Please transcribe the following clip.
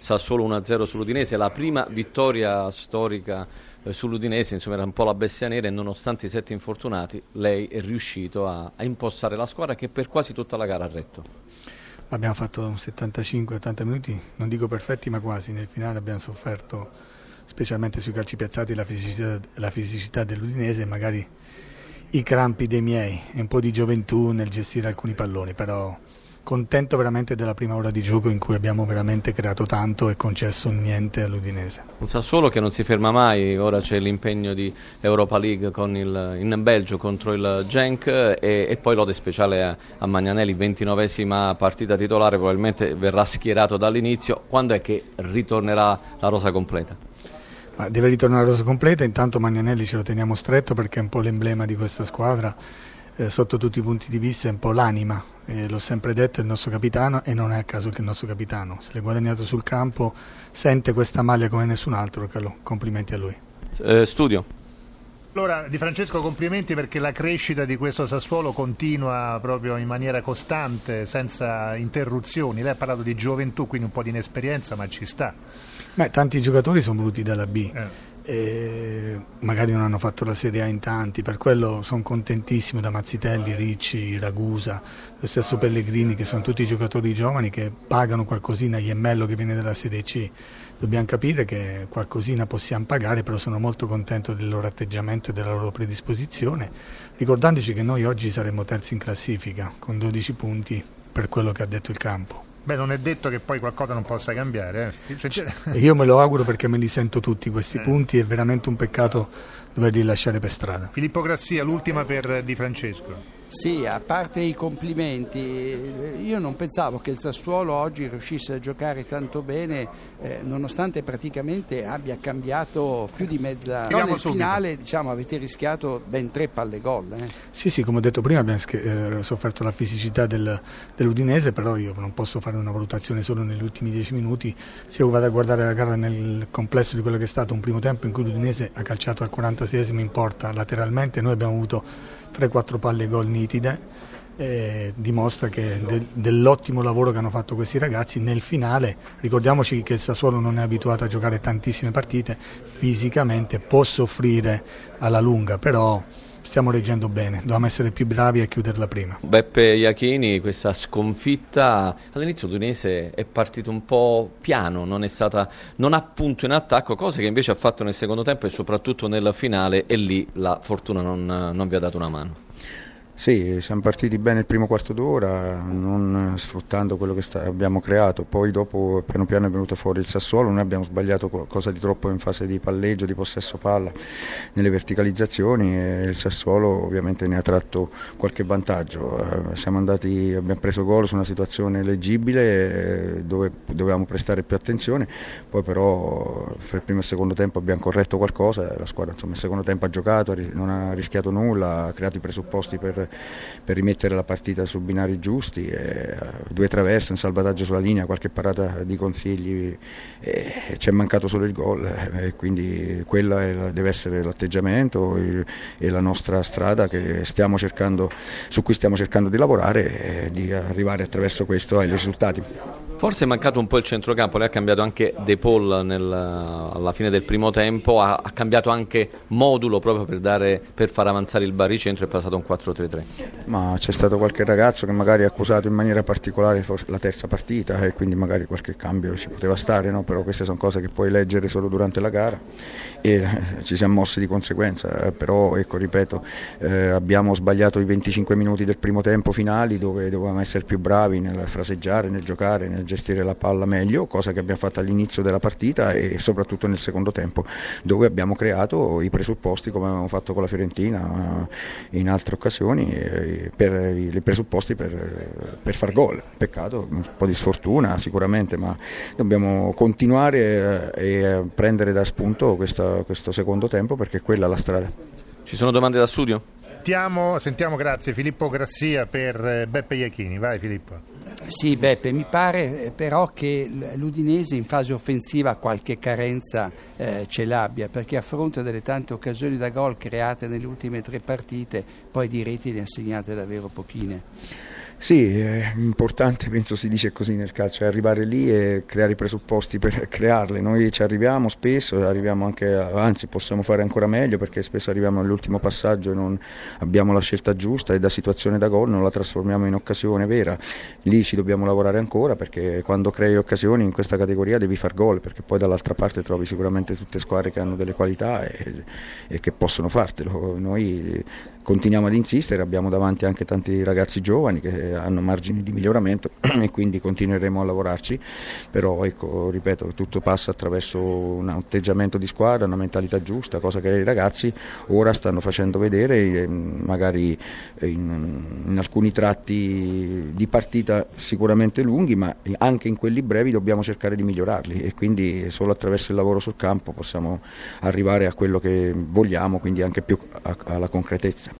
Sassuolo 1-0 sull'Udinese, la prima vittoria storica sull'Udinese, insomma era un po' la bestia nera, e nonostante i 7 infortunati lei è riuscito a impostare la squadra che per quasi tutta la gara ha retto. Abbiamo fatto 75-80 minuti, non dico perfetti ma quasi. Nel finale abbiamo sofferto, specialmente sui calci piazzati, la fisicità dell'Udinese e magari i crampi dei miei e un po' di gioventù nel gestire alcuni palloni, però contento veramente della prima ora di gioco in cui abbiamo veramente creato tanto e concesso niente all'Udinese. Un Sassuolo che non si ferma mai, ora c'è l'impegno di Europa League in Belgio contro il Genk e poi lode speciale a Magnanelli, 29esima partita titolare, probabilmente verrà schierato dall'inizio. Quando è che ritornerà la rosa completa? Ma deve ritornare la rosa completa, intanto Magnanelli ce lo teniamo stretto perché è un po' l'emblema di questa squadra. Sotto tutti i punti di vista è un po' l'anima, l'ho sempre detto, è il nostro capitano e non è a caso che il nostro capitano se l'è guadagnato sul campo, sente questa maglia come nessun altro, Carlo. Complimenti a lui. Studio. Allora Di Francesco, complimenti perché la crescita di questo Sassuolo continua proprio in maniera costante, senza interruzioni. Lei ha parlato di gioventù, quindi un po' di inesperienza, ma ci sta. Tanti giocatori sono venuti dalla B. Magari non hanno fatto la Serie A in tanti, per quello sono contentissimo da Mazzitelli, Ricci, Ragusa, lo stesso Pellegrini, che sono tutti giocatori giovani che pagano qualcosina, Iemmello che viene dalla Serie C. Dobbiamo capire che qualcosina possiamo pagare, però sono molto contento del loro atteggiamento e della loro predisposizione, ricordandoci che noi oggi saremo terzi in classifica con 12 punti per quello che ha detto il campo. Beh, non è detto che poi qualcosa non possa cambiare. Io me lo auguro perché me li sento tutti questi punti, è veramente un peccato doverli lasciare per strada. Filippo Grassia, l'ultima per Di Francesco. Sì, a parte i complimenti, io non pensavo che il Sassuolo oggi riuscisse a giocare tanto bene, nonostante praticamente abbia cambiato più di mezza. No, nel finale avete rischiato ben 3 palle gol. Sì, come ho detto prima abbiamo sofferto la fisicità dell'Udinese, però io non posso fare una valutazione solo negli ultimi 10 minuti. Se io vado a guardare la gara nel complesso di quello che è stato un primo tempo in cui l'Udinese ha calciato al 46esimo in porta lateralmente, noi abbiamo avuto 3-4 palle gol nitide, dimostra che dell'ottimo lavoro che hanno fatto questi ragazzi nel finale. Ricordiamoci che il Sassuolo non è abituato a giocare tantissime partite, fisicamente può soffrire alla lunga, però stiamo reggendo bene, dobbiamo essere più bravi a chiuderla prima. Beppe Iachini, questa sconfitta all'inizio l'Udinese è partito un po' piano, non ha punto in attacco, cosa che invece ha fatto nel secondo tempo e soprattutto nel finale, e lì la fortuna non vi ha dato una mano. Sì, siamo partiti bene il primo quarto d'ora, non sfruttando quello che abbiamo creato, poi dopo piano piano è venuto fuori il Sassuolo, noi abbiamo sbagliato qualcosa di troppo in fase di palleggio, di possesso palla, nelle verticalizzazioni, e il Sassuolo ovviamente ne ha tratto qualche vantaggio. Abbiamo preso gol su una situazione leggibile dove dovevamo prestare più attenzione, poi però fra il primo e il secondo tempo abbiamo corretto qualcosa, la squadra il secondo tempo ha giocato, non ha rischiato nulla, ha creato i presupposti per rimettere la partita su binari giusti, 2 traverse, un salvataggio sulla linea, qualche parata di Consigli, ci è mancato solo il gol, quindi quella deve essere l'atteggiamento e la nostra strada su cui stiamo cercando di lavorare e di arrivare attraverso questo ai risultati. Forse è mancato un po' il centrocampo, lei ha cambiato anche De Paul alla fine del primo tempo, ha cambiato anche modulo proprio per far avanzare il baricentro, è passato un 4-3-3. Ma c'è stato qualche ragazzo che magari ha accusato in maniera particolare la terza partita e quindi magari qualche cambio ci poteva stare, no? Però queste sono cose che puoi leggere solo durante la gara e ci siamo mossi di conseguenza, però ripeto, abbiamo sbagliato i 25 minuti del primo tempo finali dove dovevamo essere più bravi nel fraseggiare, nel giocare, nel gestire la palla meglio, cosa che abbiamo fatto all'inizio della partita e soprattutto nel secondo tempo dove abbiamo creato i presupposti, come avevamo fatto con la Fiorentina in altre occasioni, i presupposti per far gol. Peccato, un po' di sfortuna sicuramente, ma dobbiamo continuare e prendere da spunto questo secondo tempo perché quella è la strada. Ci sono domande da studio? Sentiamo, grazie, Filippo Grassia per Beppe Iachini. Vai Filippo. Sì, Beppe, mi pare però che l'Udinese in fase offensiva qualche carenza ce l'abbia, perché a fronte delle tante occasioni da gol create nelle ultime 3 partite, poi di reti ne ha segnate davvero pochine. Sì, è importante, penso si dice così nel calcio, è arrivare lì e creare i presupposti per crearle. Noi ci arriviamo spesso, arriviamo anche, anzi possiamo fare ancora meglio perché spesso arriviamo all'ultimo passaggio e non abbiamo la scelta giusta e da situazione da gol non la trasformiamo in occasione vera. Lì ci dobbiamo lavorare ancora perché quando crei occasioni in questa categoria devi far gol, perché poi dall'altra parte trovi sicuramente tutte squadre che hanno delle qualità e che possono fartelo. Noi continuiamo ad insistere, abbiamo davanti anche tanti ragazzi giovani che hanno margini di miglioramento e quindi continueremo a lavorarci, però ecco, ripeto, tutto passa attraverso un atteggiamento di squadra, una mentalità giusta, cosa che i ragazzi ora stanno facendo vedere, magari in alcuni tratti di partita sicuramente lunghi, ma anche in quelli brevi dobbiamo cercare di migliorarli e quindi solo attraverso il lavoro sul campo possiamo arrivare a quello che vogliamo, quindi anche più alla concretezza.